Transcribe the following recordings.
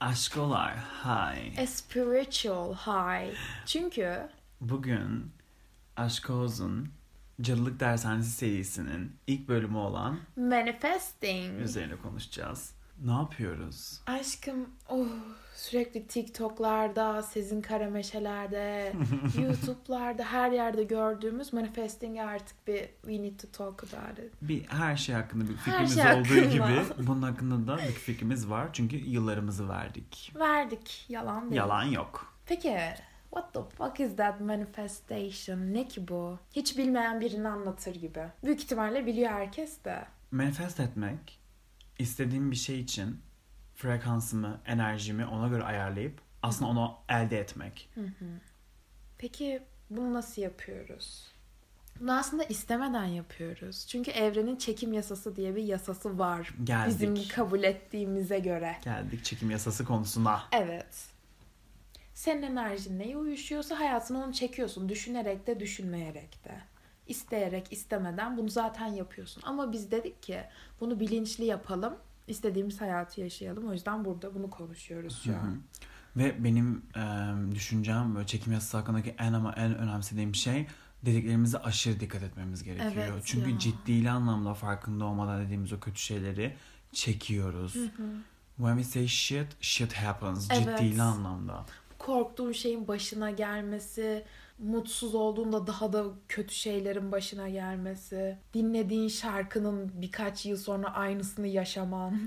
Aşkolar, hi. A spiritual high. Çünkü Bugün Aşkoz'un Cadılık Dershanesi serisinin ilk bölümü olan manifesting üzerine konuşacağız. Ne yapıyoruz? Aşkım sürekli TikTok'larda, Sezin Karameşe'lerde, YouTube'larda her yerde gördüğümüz manifesting artık bir we need to talk about it. Her şey hakkında bir Her fikrimiz şey olduğu hakkında. gibi bunun hakkında da bir fikrimiz var. Çünkü yıllarımızı verdik. Verdik. Yalan değil. Yalan yok. Peki what the fuck is that manifestation? Ne ki bu? Hiç bilmeyen birini anlatır gibi. Büyük ihtimalle biliyor herkes de. Manifest etmek, istediğim bir şey için frekansımı, enerjimi ona göre ayarlayıp aslında onu elde etmek. Peki bunu nasıl yapıyoruz? Bunu aslında istemeden yapıyoruz. Çünkü evrenin çekim yasası diye bir yasası var. Geldik. Bizim kabul ettiğimize göre. Geldik çekim yasası konusuna. Evet. Senin enerjin neye uyuşuyorsa hayatına onu çekiyorsun. Düşünerek de düşünmeyerek de. İsteyerek istemeden bunu zaten yapıyorsun. Ama biz dedik ki bunu bilinçli yapalım. İstediğimiz hayatı yaşayalım. O yüzden burada bunu konuşuyoruz şu an. Ve benim düşüncem böyle çekim yasası hakkındaki en önemsediğim şey dediklerimize aşırı dikkat etmemiz gerekiyor. Evet Çünkü ya. ciddili anlamda farkında olmadan dediğimiz o kötü şeyleri çekiyoruz. When we say shit happens. Evet. Ciddili anlamda. Korktuğun şeyin başına gelmesi, mutsuz olduğunda daha da kötü şeylerin başına gelmesi, dinlediğin şarkının birkaç yıl sonra aynısını yaşaman.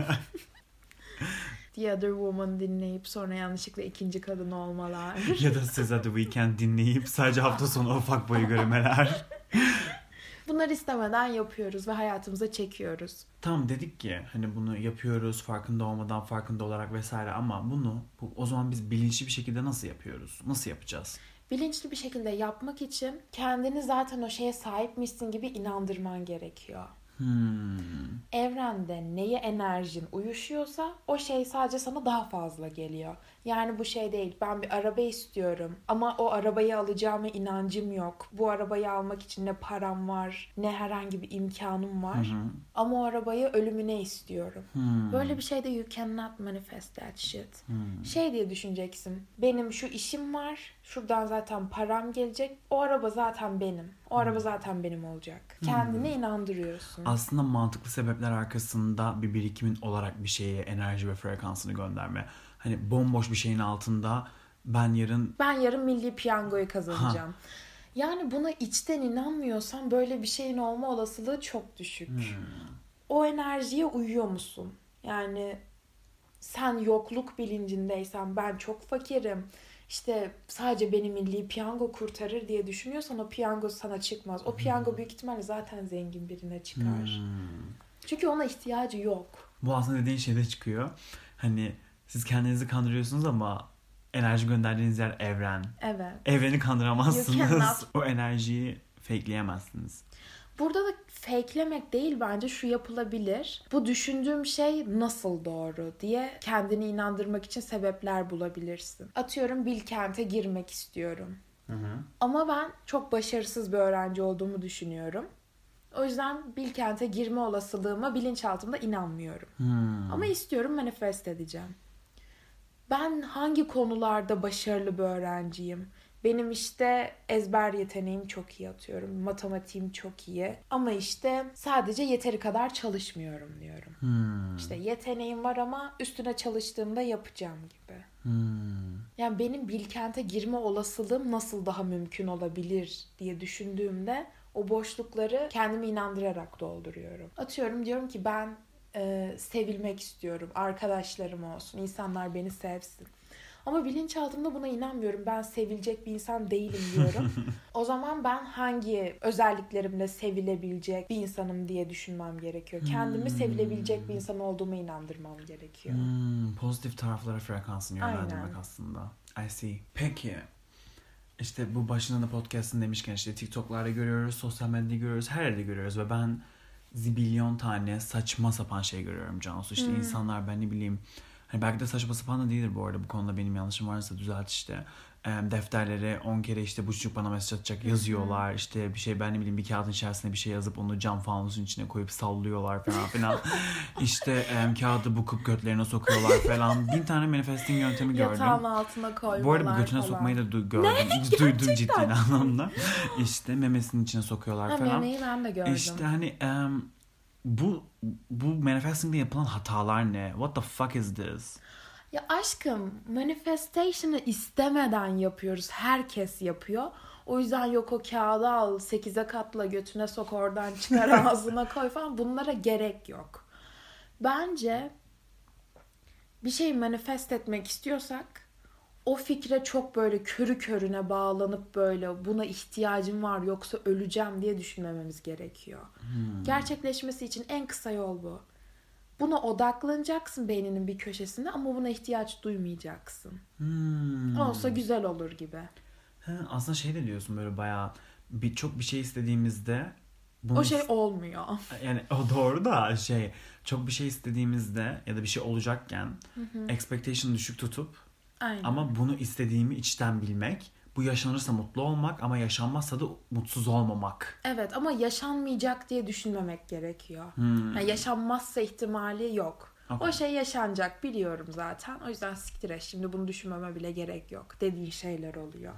The Other Woman dinleyip sonra yanlışlıkla ikinci kadın olmalar. Ya da SZA The Weeknd dinleyip sadece hafta sonu ufak boy görmeler. Bunları istemeden yapıyoruz ve hayatımıza çekiyoruz. Tamam dedik ki hani bunu yapıyoruz farkında olmadan, farkında olarak vesaire ama o zaman biz bilinçli bir şekilde nasıl yapıyoruz? Nasıl yapacağız? Bilinçli bir şekilde yapmak için kendini zaten o şeye sahipmişsin gibi inandırman gerekiyor. Evrende neye enerjin uyuşuyorsa o şey sadece sana daha fazla geliyor. Yani bu şey değil, ben bir araba istiyorum ama o arabayı alacağıma inancım yok. Bu arabayı almak için ne param var, ne herhangi bir imkanım var. Ama o arabayı ölümüne istiyorum. Böyle bir şeyde you cannot manifest that shit. Şey diye düşüneceksin, benim şu işim var, şuradan zaten param gelecek, o araba zaten benim. O araba zaten benim olacak. Kendine inandırıyorsun. Aslında mantıklı sebepler arkasında bir birikimin olarak bir şeye enerji ve frekansını gönderme. Hani bomboş bir şeyin altında ben yarın milli piyangoyu kazanacağım. Yani buna içten inanmıyorsan böyle bir şeyin olma olasılığı çok düşük. O enerjiye uyuyor musun? Yani sen yokluk bilincindeysen, ben çok fakirim, İşte sadece beni milli piyango kurtarır diye düşünüyorsan o piyango sana çıkmaz. O piyango büyük ihtimalle zaten zengin birine çıkar. Çünkü ona ihtiyacı yok. Bu aslında dediğin şeyde çıkıyor. Hani siz kendinizi kandırıyorsunuz ama enerji gönderdiğiniz yer evren. Evet. Evreni kandıramazsınız. You cannot. O enerjiyi fakeleyemezsiniz. Burada da fakelemek değil, bence şu yapılabilir. Bu düşündüğüm şey nasıl doğru diye kendini inandırmak için sebepler bulabilirsin. Atıyorum, Bilkent'e girmek istiyorum. Ama ben çok başarısız bir öğrenci olduğumu düşünüyorum. O yüzden Bilkent'e girme olasılığıma bilinçaltımda inanmıyorum. Ama istiyorum, manifest edeceğim. Ben hangi konularda başarılı bir öğrenciyim? Benim işte ezber yeteneğim çok iyi, atıyorum. Matematiğim çok iyi. Ama işte sadece yeteri kadar çalışmıyorum diyorum. İşte yeteneğim var ama üstüne çalıştığımda yapacağım gibi. Yani benim Bilkent'e girme olasılığım nasıl daha mümkün olabilir diye düşündüğümde o boşlukları kendimi inandırarak dolduruyorum. Atıyorum, diyorum ki ben sevilmek istiyorum. Arkadaşlarım olsun. İnsanlar beni sevsin. Ama bilinçaltımda buna inanmıyorum. Ben sevilecek bir insan değilim diyorum. O zaman ben hangi özelliklerimle sevilebilecek bir insanım diye düşünmem gerekiyor. Kendimi sevilebilecek bir insan olduğuma inandırmam gerekiyor. Pozitif taraflara frekansını yönlendirmek aslında. I see. Peki. İşte bu başında da podcast'ın demişken işte TikTok'larda görüyoruz, sosyal medyada görüyoruz, her yerde görüyoruz ve ben zibilyon tane saçma sapan şey görüyorum Cansu. İşte insanlar, ben ne bileyim, hani belki de saçma sapan da değildir bu arada, bu konuda benim yanlışım varsa düzelt işte. defterlere 10 kere işte bu çocuk bana mesaj atacak yazıyorlar. İşte bir şey ben ne bileyim bir kağıdın içerisine bir şey yazıp onu cam fanusun içine koyup sallıyorlar falan filan. İşte kağıdı bukup götlerine sokuyorlar falan. 1000 tane manifesting yöntemi gördüm. Yatağın altına koyuyorlar. Bu arada götüne sokmayı da gördüm. Ne? Duydum ciddi anlamda. İşte memesinin içine sokuyorlar falan. Memeyi ben de gördüm. İşte hani bu manifesting'de yapılan hatalar ne? What the fuck is this? Ya aşkım, manifestation'ı istemeden yapıyoruz. Herkes yapıyor. O yüzden yok o kağıdı al, 8'e katla, götüne sok, oradan çıkar ağzına koy falan. Bunlara gerek yok. Bence bir şeyi manifest etmek istiyorsak o fikre çok böyle körü körüne bağlanıp böyle buna ihtiyacım var yoksa öleceğim diye düşünmememiz gerekiyor. Gerçekleşmesi için en kısa yol bu. Buna odaklanacaksın beyninin bir köşesinde ama buna ihtiyaç duymayacaksın. Olsa güzel olur gibi. Aslında şey de diyorsun böyle bayağı çok bir şey istediğimizde o şey olmuyor. Yani o doğru da çok bir şey istediğimizde ya da bir şey olacakken expectation düşük tutup Aynen. ama bunu istediğimi içten bilmek, bu yaşanırsa mutlu olmak ama yaşanmazsa da mutsuz olmamak. Evet ama yaşanmayacak diye düşünmemek gerekiyor. Yani yaşanmazsa ihtimali yok. Okay. O şey yaşanacak biliyorum zaten. O yüzden siktir et, şimdi bunu düşünmeme bile gerek yok dediğin şeyler oluyor.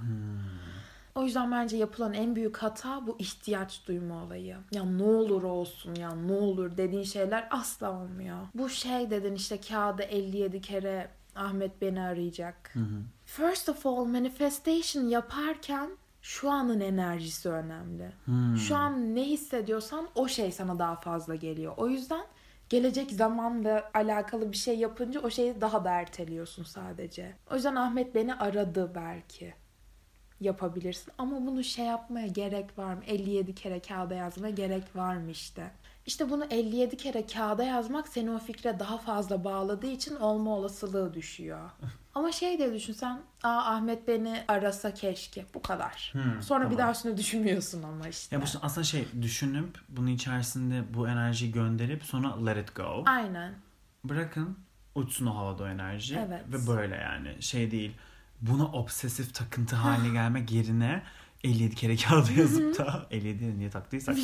O yüzden bence yapılan en büyük hata bu ihtiyaç duyma olayı. Ya ne olur olsun, ya ne olur dediğin şeyler asla olmuyor. Bu şey dedin işte kağıda 57 kere Ahmet beni arayacak. First of all, manifestation yaparken şu anın enerjisi önemli. Şu an ne hissediyorsan o şey sana daha fazla geliyor. O yüzden gelecek zamanla alakalı bir şey yapınca o şeyi daha da erteliyorsun sadece. O yüzden Ahmet beni aradı belki. Yapabilirsin. Ama bunu şey yapmaya gerek var mı? 57 kere kağıda yazmaya gerek var mı işte? İşte bunu 57 kere kağıda yazmak seni o fikre daha fazla bağladığı için olma olasılığı düşüyor. Ama şey diye düşünsen, Ahmet beni arasa keşke. Bu kadar. Sonra bir daha üstüne düşünmüyorsun ama işte. Ya bu aslında düşünüp bunun içerisinde bu enerjiyi gönderip sonra let it go. Aynen. Bırakın uçsun o havada o enerji. Evet. Ve böyle yani değil. Buna obsesif takıntı haline gelmek yerine 57 kere kağıda yazıp da 57 niye taktıysak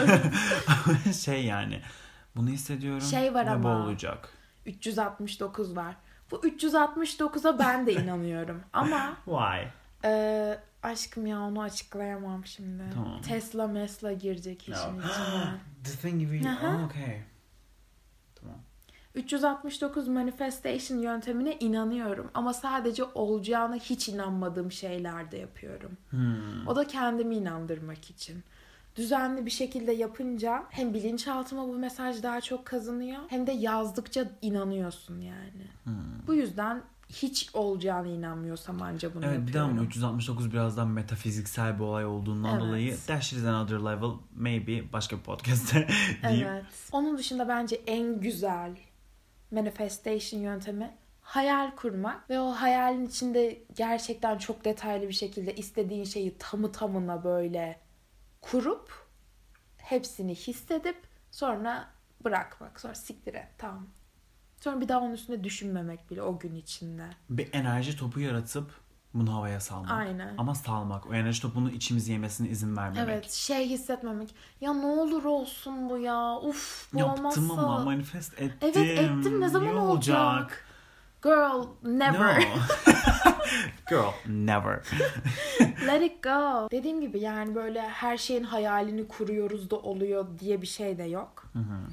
yani bunu hissediyorum var ve ama, bu olacak. 369 var. Bu 369'a ben de inanıyorum ama why? Aşkım ya onu açıklayamam şimdi. Tamam. Tesla girecek işin içine. The thing okay. Tamam. 369 manifestation yöntemine inanıyorum ama sadece olacağına hiç inanmadığım şeylerde yapıyorum. O da kendimi inandırmak için. Düzenli bir şekilde yapınca hem bilinçaltıma bu mesaj daha çok kazanıyor hem de yazdıkça inanıyorsun yani. Bu yüzden hiç olacağına inanmıyorsam anca bunu yapıyorum. Evet, ama 369 birazdan metafiziksel bir olay olduğundan dolayı that shit is another level, maybe başka bir podcast'te diyeyim. Evet. Onun dışında bence en güzel manifestation yöntemi hayal kurmak ve o hayalin içinde gerçekten çok detaylı bir şekilde istediğin şeyi tamına böyle kurup hepsini hissedip sonra bırakmak. Sonra siktir et, tamam. Sonra bir daha onun üstünde düşünmemek bile o gün içinde. Bir enerji topu yaratıp bunu havaya salmak. Aynen. Ama salmak. O enerji topunu içimizi yemesine izin vermemek. Evet, hissetmemek. Ya ne olur olsun bu ya. Uf, bu yaptım olmazsa. Yaptım ama manifest ettim. Evet, ettim. Ne zaman olacak? Girl, never. No. Girl, never. Let it go. Dediğim gibi yani böyle her şeyin hayalini kuruyoruz da oluyor diye bir şey de yok.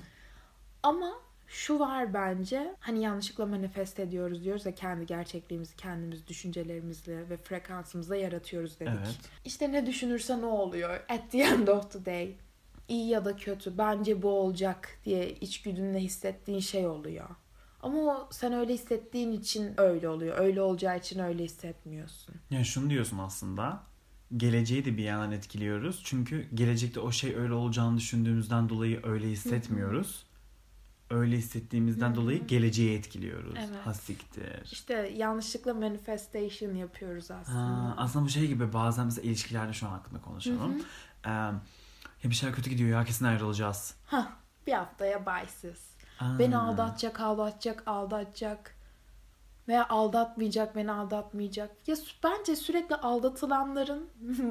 Ama şu var bence, hani yanlışlıkla manifest ediyoruz diyoruz ya, kendi gerçekliğimizi kendimiz düşüncelerimizle ve frekansımızla yaratıyoruz dedik. Evet. İşte ne düşünürse ne oluyor? At the end of the day. İyi ya da kötü, bence bu olacak diye içgüdünle hissettiğin şey oluyor. Ama o sen öyle hissettiğin için öyle oluyor. Öyle olacağı için öyle hissetmiyorsun. Yani şunu diyorsun aslında. Geleceği de bir yandan etkiliyoruz. Çünkü gelecekte o şey öyle olacağını düşündüğümüzden dolayı öyle hissetmiyoruz. Öyle hissettiğimizden dolayı geleceği etkiliyoruz. Evet. Hasiktir. İşte yanlışlıkla manifestation yapıyoruz aslında. Aslında bu şey gibi bazen mesela ilişkilerde şu an hakkında konuşalım. Ya bir şeyler kötü gidiyor ya, kesin ayrılacağız. Bir haftaya bye sis. Beni aldatacak. Veya aldatmayacak, beni aldatmayacak. Ya bence sürekli aldatılanların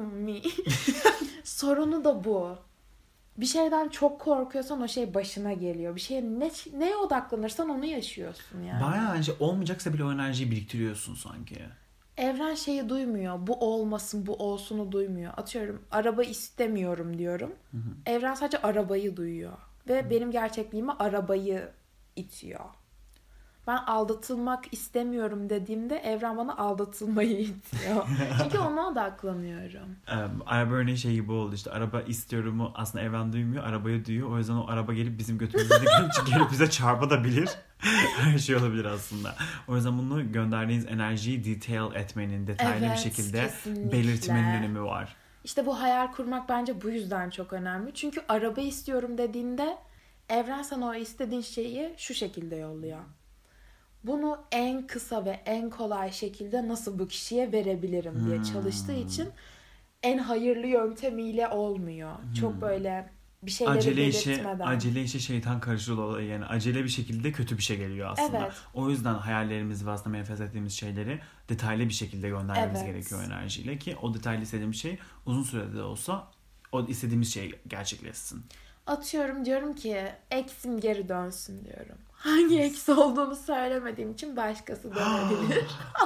sorunu da bu. Bir şeyden çok korkuyorsan o şey başına geliyor. Bir şeye neye odaklanırsan onu yaşıyorsun yani. Bayağı önce olmayacaksa bile o enerjiyi biriktiriyorsun sanki. Evren şeyi duymuyor. Bu olmasın, bu olsunu duymuyor. Atıyorum araba istemiyorum diyorum. Evren sadece arabayı duyuyor. Ve benim gerçekliğime arabayı itiyor. Ben aldatılmak istemiyorum dediğimde evren bana aldatılmayı itiyor. Çünkü ona odaklanıyorum. Araba örneği şey gibi oldu işte. Araba istiyorumu aslında evren duymuyor. Arabayı duyuyor. O yüzden o araba gelip bizim götümüzde gelip bize çarpabilir. Her şey olabilir aslında. O yüzden bunu gönderdiğiniz enerjiyi detail etmenin, detaylı bir şekilde kesinlikle belirtmenin önemi var. İşte bu hayal kurmak bence bu yüzden çok önemli. Çünkü araba istiyorum dediğinde evren sana o istediğin şeyi şu şekilde yolluyor. Bunu en kısa ve en kolay şekilde nasıl bu kişiye verebilirim diye çalıştığı için en hayırlı yöntemiyle olmuyor. Çok böyle bir şeyleri belirtmeden. Acele işe şeytan karışır olayı yani. Acele bir şekilde kötü bir şey geliyor aslında. Evet. O yüzden hayallerimizi ve aslında manifest ettiğimiz şeyleri detaylı bir şekilde göndermemiz gerekiyor enerjiyle ki o detaylı istediğimiz şey uzun sürede de olsa o istediğimiz şey gerçekleşsin. Atıyorum diyorum ki eksim geri dönsün diyorum. Hangi eksi olduğunu söylemediğim için başkası dönebilir.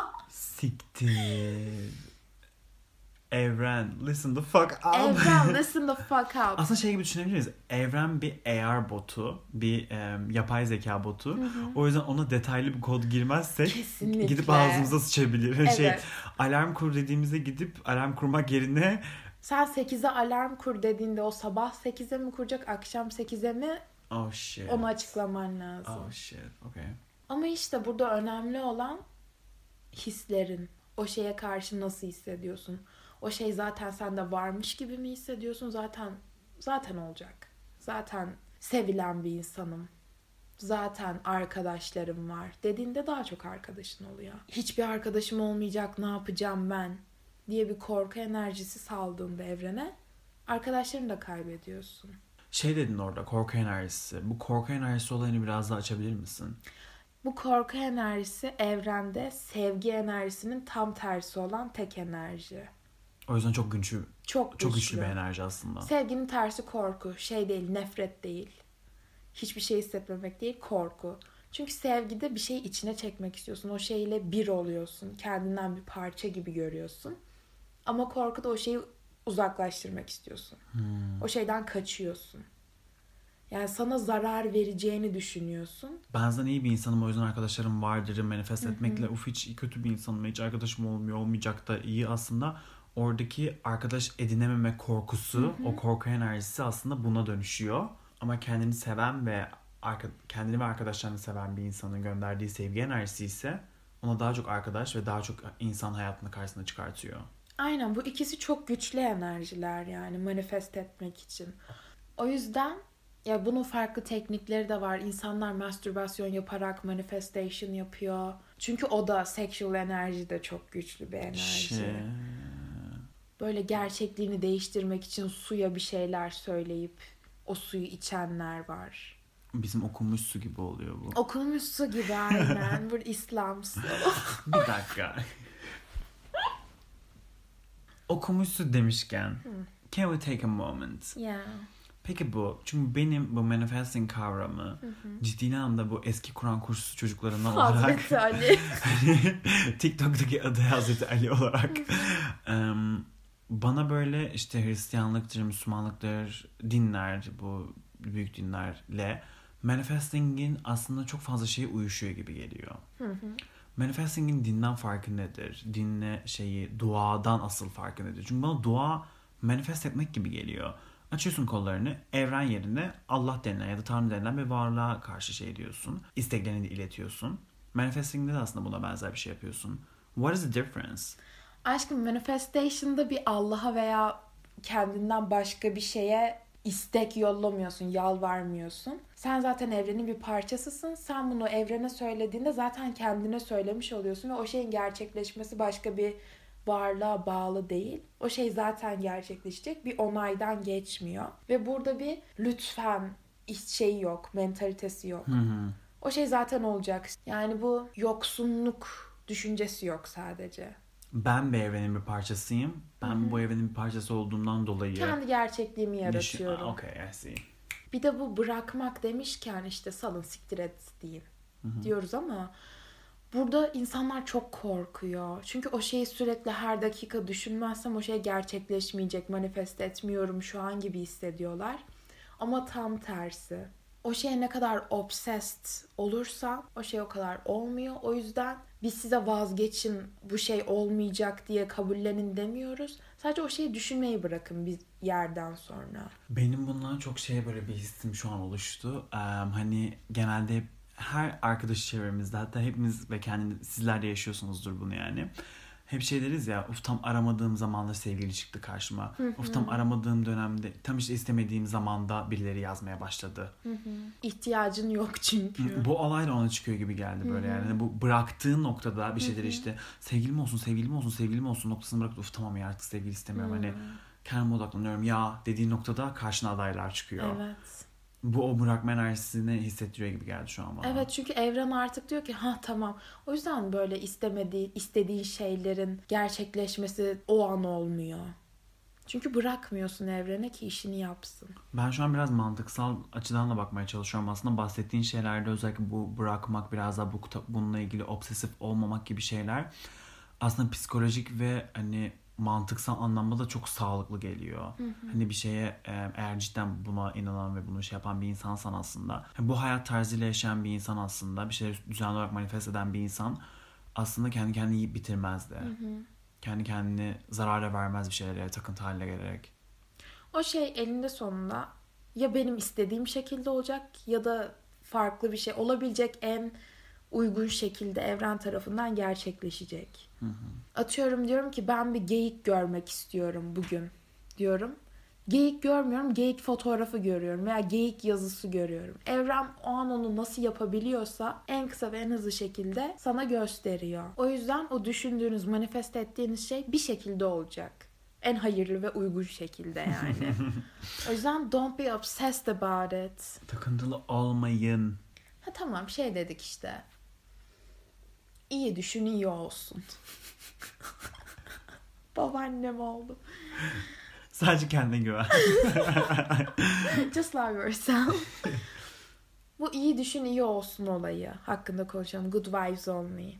Siktir. Evren, listen the fuck up. Evren, listen the fuck up. Aslında şey gibi düşünebiliriz. Evren bir AR botu, bir yapay zeka botu. O yüzden ona detaylı bir kod girmezsek kesinlikle gidip ağzımıza sıçabilir. Evet. Alarm kur dediğimizde gidip alarm kurmak yerine sen 8'e alarm kur dediğinde o sabah 8'e mi kuracak, akşam 8'e mi? Oh shit. Onu açıklaman lazım. Oh shit. Okay. Ama işte burada önemli olan hislerin. O şeye karşı nasıl hissediyorsun? O şey zaten sende varmış gibi mi hissediyorsun? Zaten olacak. Zaten sevilen bir insanım. Zaten arkadaşlarım var dediğinde daha çok arkadaşın oluyor. Hiçbir arkadaşım olmayacak, ne yapacağım ben diye bir korku enerjisi saldığında evrene arkadaşlarını da kaybediyorsun. Şey dedin orada, korku enerjisi. Bu korku enerjisi olayını biraz daha açabilir misin? Bu korku enerjisi evrende sevgi enerjisinin tam tersi olan tek enerji. O yüzden çok güçlü. Çok güçlü bir enerji aslında. Sevginin tersi korku. Şey değil, nefret değil. Hiçbir şey hissetmemek değil, korku. Çünkü sevgide bir şeyi içine çekmek istiyorsun. O şeyle bir oluyorsun. Kendinden bir parça gibi görüyorsun. Ama korkuda o şeyi uzaklaştırmak istiyorsun. O şeyden kaçıyorsun. Yani sana zarar vereceğini düşünüyorsun. Ben zaten iyi bir insanım, o yüzden arkadaşlarım vardır manifest etmekle. Hiç kötü bir insanım, hiç arkadaşım olmayacak da iyi aslında. Oradaki arkadaş edinememe korkusu, o korku enerjisi aslında buna dönüşüyor. Ama kendini seven ve kendini ve arkadaşlarını seven bir insanın gönderdiği sevgi enerjisi ise ona daha çok arkadaş ve daha çok insan hayatını karşısına çıkartıyor. Aynen, bu ikisi çok güçlü enerjiler yani manifest etmek için. O yüzden ya bunun farklı teknikleri de var. İnsanlar mastürbasyon yaparak manifestation yapıyor. Çünkü o da sexual enerji de çok güçlü bir enerji. Böyle gerçekliğini değiştirmek için suya bir şeyler söyleyip o suyu içenler var. Bizim okunmuş su gibi oluyor bu. Okunmuş su gibi aynen. Bu İslam su. Bir dakika. Okumuş su demişken can we take a moment? Yeah. Peki çünkü benim bu manifesting kavramı ciddi anlamda bu eski Kur'an kursu çocuklarından olarak Hazreti Ali. TikTok'taki adı Hazreti Ali olarak bana böyle işte Hristiyanlıktır, Müslümanlıktır, dinler, bu büyük dinlerle manifesting'in aslında çok fazla şeye uyuşuyor gibi geliyor. Manifesting'in dinden farkı nedir? Dinle duadan asıl farkı nedir? Çünkü bana dua manifest etmek gibi geliyor. Açıyorsun kollarını, evren yerine Allah denilen ya da Tanrı denilen bir varlığa karşı diyorsun. İsteklerini de iletiyorsun. Manifesting'de de aslında buna benzer bir şey yapıyorsun. What is the difference? Aşkım, manifestation'da bir Allah'a veya kendinden başka bir şeye istek yollamıyorsun, yalvarmıyorsun. Sen zaten evrenin bir parçasısın. Sen bunu evrene söylediğinde zaten kendine söylemiş oluyorsun ve o şeyin gerçekleşmesi başka bir varlığa bağlı değil. O şey zaten gerçekleşecek. Bir onaydan geçmiyor. Ve burada bir lütfen yok, mentalitesi yok. O şey zaten olacak. Yani bu yoksunluk düşüncesi yok sadece. Ben bir evrenin bir parçasıyım. Ben bu evrenin bir parçası olduğumdan dolayı kendi gerçekliğimi yaratıyorum. Okay, I see. Bir de bu bırakmak demişken işte salın siktir et deyin diyoruz ama burada insanlar çok korkuyor. Çünkü o şeyi sürekli her dakika düşünmezsem o şey gerçekleşmeyecek, manifest etmiyorum şu an gibi hissediyorlar. Ama tam tersi. O şeye ne kadar obsessed olursa o şey o kadar olmuyor. O yüzden biz size vazgeçin, bu şey olmayacak diye kabullenin demiyoruz. Sadece o şeyi düşünmeyi bırakın bir yerden sonra. Benim bundan çok böyle bir hissim şu an oluştu. Hani genelde her arkadaş çevremizde, hatta hepimiz ve sizler de yaşıyorsunuzdur bunu yani. Hep şey deriz ya, tam aramadığım zamanda sevgili çıktı karşıma. Tam aramadığım dönemde, tam işte istemediğim zamanda birileri yazmaya başladı. İhtiyacın yok çünkü. Bu olay da ona çıkıyor gibi geldi böyle yani. Yani bu bıraktığın noktada bir şeyleri işte sevgilim olsun noktasını bırakıp tamam ya artık sevgili istemiyorum. Hani kendime odaklanıyorum ya dediğin noktada karşına adaylar çıkıyor. Evet. Bu o bırakma enerjisini hissettiriyor gibi geldi şu an bana. Evet, çünkü evren artık diyor ki tamam. O yüzden böyle istediğin şeylerin gerçekleşmesi o an olmuyor. Çünkü bırakmıyorsun evrene ki işini yapsın. Ben şu an biraz mantıksal açıdan da bakmaya çalışıyorum. Aslında bahsettiğin şeylerde özellikle bu bırakmak, biraz daha bununla ilgili obsesif olmamak gibi şeyler aslında psikolojik ve hani mantıksal anlamda da çok sağlıklı geliyor. Hani bir şeye eğer cidden buna inanan ve bunu yapan bir insansan aslında, bu hayat tarzıyla yaşayan bir insan aslında, bir şeyleri düzenli olarak manifest eden bir insan aslında kendi kendini yiyip bitirmez de. Kendi kendini zarara vermez bir şeylere takıntı haline gelerek. O şey elinde sonunda ya benim istediğim şekilde olacak ya da farklı bir şey olabilecek en uygun şekilde evren tarafından gerçekleşecek. Atıyorum diyorum ki ben bir geyik görmek istiyorum bugün diyorum. Geyik görmüyorum, geyik fotoğrafı görüyorum veya geyik yazısı görüyorum. Evren o an onu nasıl yapabiliyorsa en kısa ve en hızlı şekilde sana gösteriyor. O yüzden o düşündüğünüz, manifest ettiğiniz şey bir şekilde olacak. En hayırlı ve uygun şekilde yani. O yüzden don't be obsessed about it. Takıntılı olmayın. Tamam dedik işte. İyi düşün, iyi olsun. Babaannem oldu. Sadece kendine güven. Just love yourself. Bu iyi düşün, iyi olsun olayı hakkında konuşalım. Good vibes only.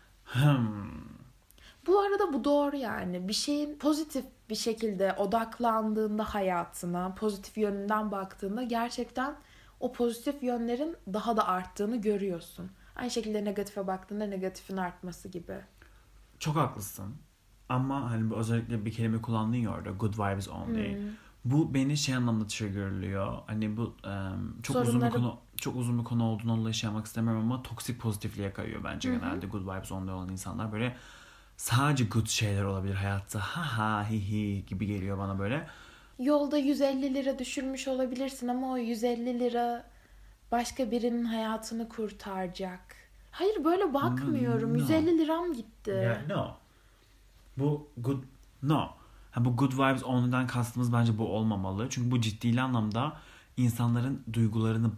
Bu arada bu doğru yani. Bir şeyin pozitif bir şekilde odaklandığında hayatına, pozitif yönünden baktığında gerçekten o pozitif yönlerin daha da arttığını görüyorsun. Aynı şekilde negatife baktığında negatifin artması gibi. Çok haklısın. Ama hani özellikle bir kelime kullandın ya orada, good vibes only. Bu beni anlamda triggerlıyor. Hani bu çok uzun bir konu olduğunu dolayı yapmak istemiyorum ama toksik pozitifliğe kayıyor bence genelde good vibes only olan insanlar. Böyle sadece good şeyler olabilir hayatta. Ha hi hi gibi geliyor bana böyle. Yolda 150 lira düşürmüş olabilirsin ama o 150 lira başka birinin hayatını kurtaracak. Hayır, böyle bakmıyorum. 150 liram gitti. Yeah, no. Bu good vibes only'den kastımız bence bu olmamalı. Çünkü bu ciddi anlamda insanların duygularını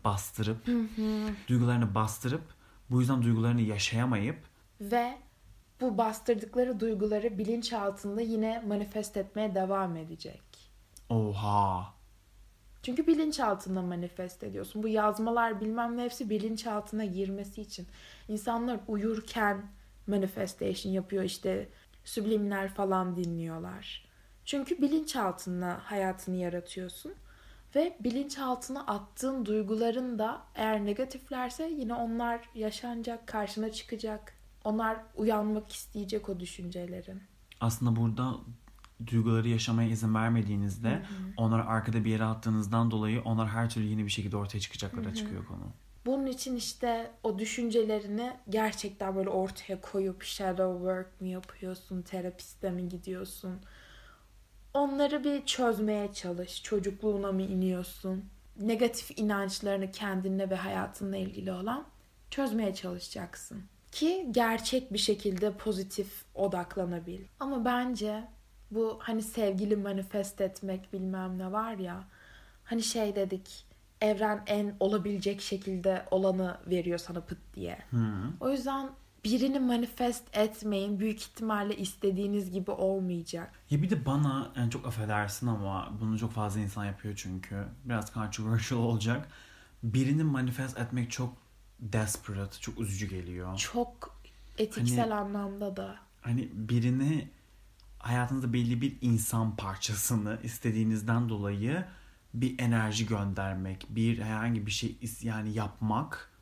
bastırıp bu yüzden duygularını yaşayamayıp ve bu bastırdıkları duyguları bilinçaltında yine manifest etmeye devam edecek. Oha. Çünkü bilinçaltında manifest ediyorsun. Bu yazmalar bilmem ne hepsi bilinçaltına girmesi için. İnsanlar uyurken manifestation yapıyor, işte subliminal falan dinliyorlar. Çünkü bilinçaltına hayatını yaratıyorsun. Ve bilinçaltına attığın duyguların da eğer negatiflerse yine onlar yaşanacak, karşına çıkacak. Onlar uyanmak isteyecek o düşüncelerin. Aslında burada duyguları yaşamaya izin vermediğinizde onları arkada bir yere attığınızdan dolayı onlar her türlü yeni bir şekilde ortaya çıkacaklara çıkıyor konu. Bunun için işte o düşüncelerini gerçekten böyle ortaya koyup shadow work mi yapıyorsun, terapiste mi gidiyorsun? Onları bir çözmeye çalış. Çocukluğuna mı iniyorsun? Negatif inançlarını kendinle ve hayatınla ilgili olan çözmeye çalışacaksın. Ki gerçek bir şekilde pozitif odaklanabil. Ama bence bu hani sevgili manifest etmek bilmem ne var ya. Hani dedik, evren en olabilecek şekilde olanı veriyor sana pıt diye. O yüzden birini manifest etmeyin. Büyük ihtimalle istediğiniz gibi olmayacak. Ya bir de bana, yani çok affedersin ama bunu çok fazla insan yapıyor çünkü. Biraz controversial olacak. Birini manifest etmek çok desperate, çok üzücü geliyor. Çok etiksel anlamda da. Hani birini, hayatınızda belli bir insan parçasını istediğinizden dolayı bir enerji göndermek, bir herhangi bir şey yani yapmak,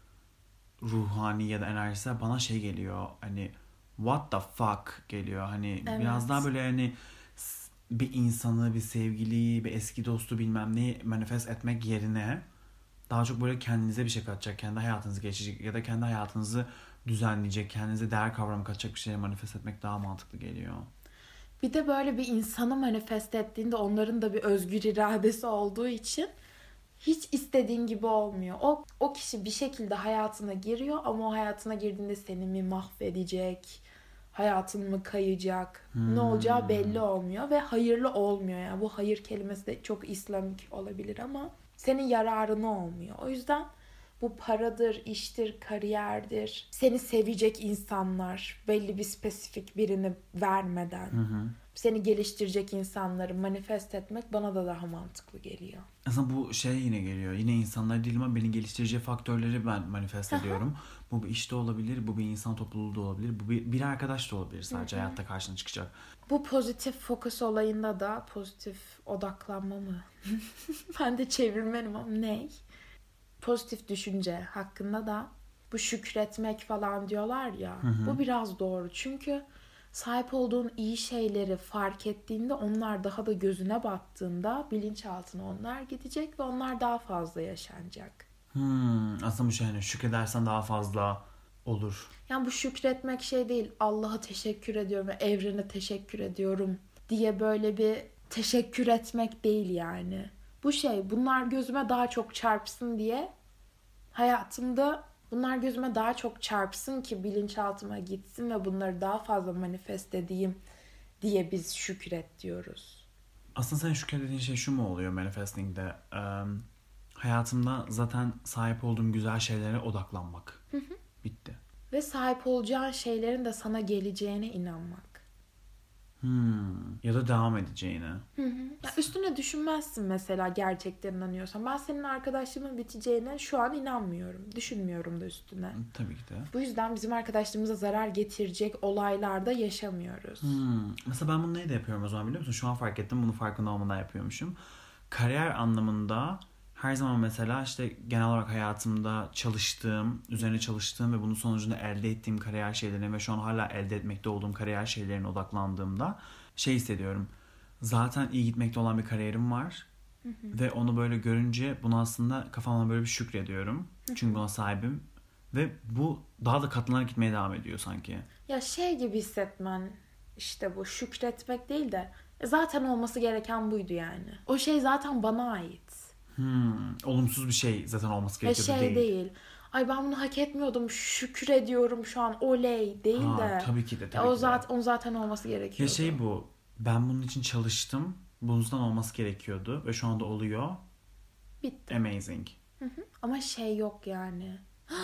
ruhani ya da enerjisel bana şey geliyor. Hani what the fuck geliyor. Hani Evet. biraz daha böyle hani bir insanı, bir sevgiliyi, bir eski dostu bilmem neyi manifest etmek yerine daha çok böyle kendinize bir şey katacak, kendi hayatınızı geçecek ya da kendi hayatınızı düzenleyecek, kendinize değer kavramı katacak bir şeyleri manifest etmek daha mantıklı geliyor. Bir de böyle bir insanı manifest ettiğinde onların da bir özgür iradesi olduğu için hiç istediğin gibi olmuyor. O kişi bir şekilde hayatına giriyor ama o hayatına girdiğinde seni mi mahvedecek, hayatın mı kayacak, ne olacağı belli olmuyor ve hayırlı olmuyor. Yani bu hayır kelimesi de çok İslamik olabilir ama senin yararına olmuyor. O yüzden bu paradır, iştir, kariyerdir, seni sevecek insanlar, belli bir spesifik birini vermeden seni geliştirecek insanları manifest etmek bana da daha mantıklı geliyor. Aslında bu şey yine geliyor. Yine insanlar değil ama beni geliştirici faktörleri ben manifest ediyorum. Bu bir iş de olabilir, bu bir insan topluluğu da olabilir, bu bir arkadaş da olabilir sadece hayatta karşına çıkacak. Bu pozitif fokus olayında da pozitif odaklanma mı? Ben de çevirmenim ama ne? Pozitif düşünce hakkında da bu şükretmek falan diyorlar ya. Bu biraz doğru. Çünkü sahip olduğun iyi şeyleri fark ettiğinde onlar daha da gözüne battığında bilinçaltına onlar gidecek ve onlar daha fazla yaşanacak. Aslında bu şey hani şükredersen daha fazla olur. Yani bu şükretmek şey değil. Allah'a teşekkür ediyorum ve evrene teşekkür ediyorum diye böyle bir teşekkür etmek değil yani. Bu şey, bunlar gözüme daha çok çarpsın diye hayatımda bunlar gözüme daha çok çarpsın ki bilinçaltıma gitsin ve bunları daha fazla manifest edeyim diye biz şükret diyoruz. Aslında sen şükredediğin şey şu mu oluyor manifesting'de? Hayatımda zaten sahip olduğum güzel şeylere odaklanmak. Bitti. Ve sahip olacağın şeylerin de sana geleceğine inanmak. Ya da devam edeceğine. Ya üstüne düşünmezsin mesela gerçekten inanıyorsan. Ben senin arkadaşlığımın biteceğine şu an inanmıyorum. Düşünmüyorum da üstüne. Tabii ki de. Bu yüzden bizim arkadaşlığımıza zarar getirecek olaylarda yaşamıyoruz. Mesela ben bunu neyle yapıyorum o zaman biliyor musun? Şu an fark ettim, bunu farkında olmadan yapıyormuşum. Kariyer anlamında her zaman mesela işte genel olarak hayatımda çalıştığım, üzerine çalıştığım ve bunun sonucunda elde ettiğim kariyer şeylerine ve şu an hala elde etmekte olduğum kariyer şeylerine odaklandığımda şey hissediyorum. Zaten iyi gitmekte olan bir kariyerim var. Ve onu böyle görünce buna aslında kafamda böyle bir şükrediyorum. Çünkü buna sahibim. Ve bu daha da katlanarak gitmeye devam ediyor sanki. Ya şey gibi hissetmen, işte bu şükretmek değil de zaten olması gereken buydu yani. O şey zaten bana ait. Olumsuz bir şey zaten olması gerekiyordu şey değil. Ay ben bunu hak etmiyordum, şükrediyorum şu an, oley değil de. Tabii ki de. Onun zaten olması gerekiyordu. Ya şey bu, ben bunun için çalıştım. Bundan olması gerekiyordu ve şu anda oluyor. Bitti. Amazing. Ama şey yok yani.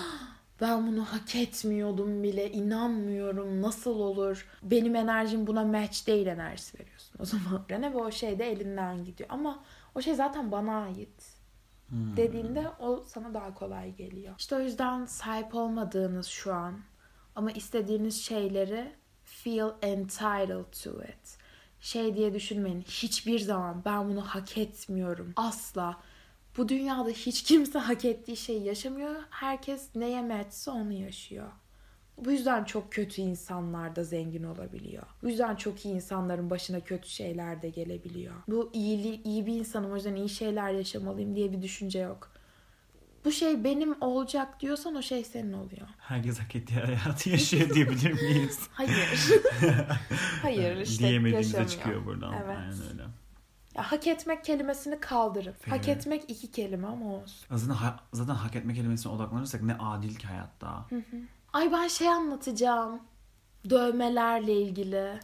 Ben bunu hak etmiyordum bile, inanmıyorum, nasıl olur? Benim enerjim buna match değil enerjisi veriyorsun o zaman. Ve o şey de elinden gidiyor. Ama o şey zaten bana ait dediğinde o sana daha kolay geliyor. İşte o yüzden sahip olmadığınız şu an ama istediğiniz şeyleri feel entitled to it. Şey diye düşünmeyin. Hiçbir zaman ben bunu hak etmiyorum. Asla. Bu dünyada hiç kimse hak ettiği şeyi yaşamıyor. Herkes neye matchse onu yaşıyor. Bu yüzden çok kötü insanlar da zengin olabiliyor. Bu yüzden çok iyi insanların başına kötü şeyler de gelebiliyor. Bu iyi bir insanım, o yüzden iyi şeyler yaşamalıyım diye bir düşünce yok. Bu şey benim olacak diyorsan o şey senin oluyor. Herkes hak ettiği hayatı yaşıyor diyebilir miyiz? Hayır. Hayır işte diyemediğimizde çıkıyor buradan. Evet. Aynen öyle. Ya, hak etmek kelimesini kaldırın. Hak etmek 2 kelime ama olsun. Zaten hak etme kelimesine odaklanırsak ne adil ki hayatta. Ay ben şey anlatacağım. Dövmelerle ilgili.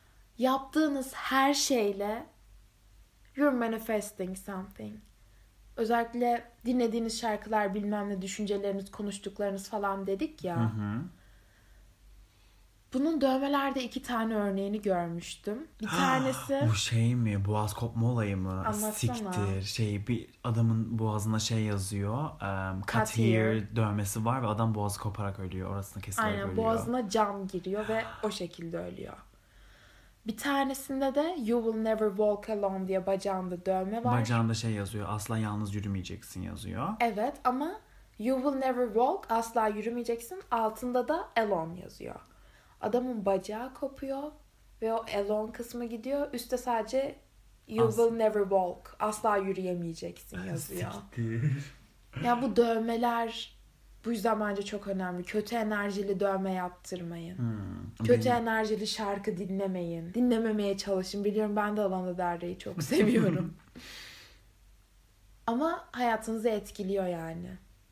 Yaptığınız her şeyle you're manifesting something. Özellikle dinlediğiniz şarkılar, bilmem ne, düşünceleriniz, konuştuklarınız falan dedik ya. Hı. Bunun dövmelerde 2 tane örneğini görmüştüm. Bir tanesi... Bu şey mi? Boğaz kopma olayı mı? Anlatsana. Siktir. Bir adamın boğazına şey yazıyor. Cut here dövmesi var ve adam boğazı koparak ölüyor. Orasına kesilerek ölüyor. Aynen, boğazına cam giriyor ve o şekilde ölüyor. Bir tanesinde de You Will Never Walk Alone diye bacağında dövme var. Bacağında şey yazıyor. Asla yalnız yürümeyeceksin yazıyor. Evet ama You Will Never Walk, asla yürümeyeceksin. Altında da Alone yazıyor. Adamın bacağı kopuyor ve o alone kısmı gidiyor. Üstte sadece You will never walk, asla yürüyemeyeceksin yazıyor. Ya bu dövmeler bu yüzden bence çok önemli. Kötü enerjili dövme yaptırmayın. Kötü enerjili şarkı dinlemeyin. Dinlememeye çalışın. Biliyorum, ben de Lana Del Rey'i çok seviyorum. Ama hayatınızı etkiliyor yani.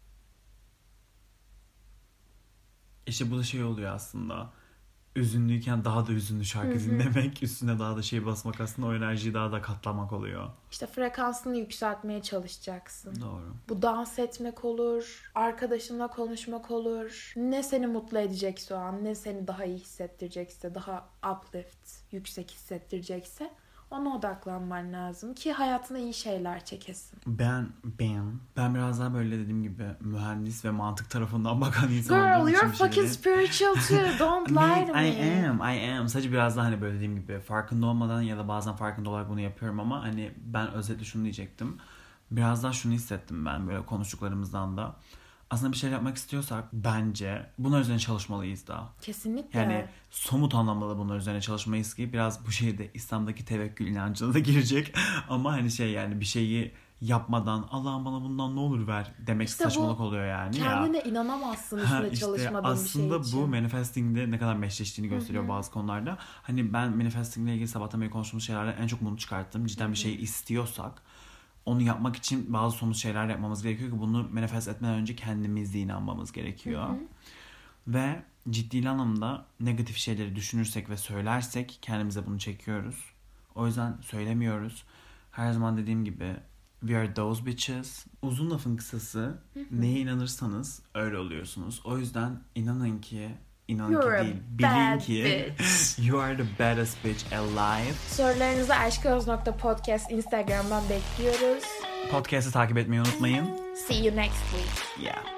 İşte bu da şey oluyor aslında. Üzünlüyken daha da üzünlü şarkı dinlemek, üstüne daha da şey basmak, aslında o enerjiyi daha da katlamak oluyor. İşte frekansını yükseltmeye çalışacaksın. Doğru. Bu dans etmek olur, arkadaşınla konuşmak olur. Ne seni mutlu edecekse o an, ne seni daha iyi hissettirecekse, daha uplift, yüksek hissettirecekse ona odaklanman lazım ki hayatına iyi şeyler çekesin. Ben biraz daha böyle dediğim gibi mühendis ve mantık tarafından bakan insan Girl, olduğum için you're fucking spiritual too. Don't lie to me. I am. Sadece biraz daha hani böyle dediğim gibi farkında olmadan ya da bazen farkında olarak bunu yapıyorum ama hani ben özetle şunu diyecektim. Biraz daha şunu hissettim ben böyle konuştuklarımızdan da. Aslında bir şey yapmak istiyorsak bence bunlar üzerine çalışmalıyız da. Kesinlikle. Yani somut anlamda da bunlar üzerine çalışmayız ki biraz bu şeyde İslam'daki tevekkül inancına da girecek. Ama hani şey yani bir şeyi yapmadan Allah'ım bana bundan ne olur ver demek işte saçmalık oluyor yani. Kendine inanamazsın üstüne işte çalışmadığın bir şey için. Aslında bu manifesting'de ne kadar meşleştiğini gösteriyor bazı konularda. Hani ben manifesting'le ilgili sabahtan beri konuştuğumuz şeylerden en çok bunu çıkarttım. Cidden bir şey istiyorsak onu yapmak için bazı somut şeyler yapmamız gerekiyor ki bunu manifest etmeden önce kendimizle inanmamız gerekiyor. Ve ciddi anlamda negatif şeyleri düşünürsek ve söylersek kendimize bunu çekiyoruz. O yüzden söylemiyoruz. Her zaman dediğim gibi we are those bitches. Uzun lafın kısası neye inanırsanız öyle oluyorsunuz. O yüzden inanın ki bilin ki you are the baddest bitch alive. Sorularınızı aşkoz.podcast Instagram'dan bekliyoruz. Podcast'ı takip etmeyi unutmayın. See you next week. Yeah.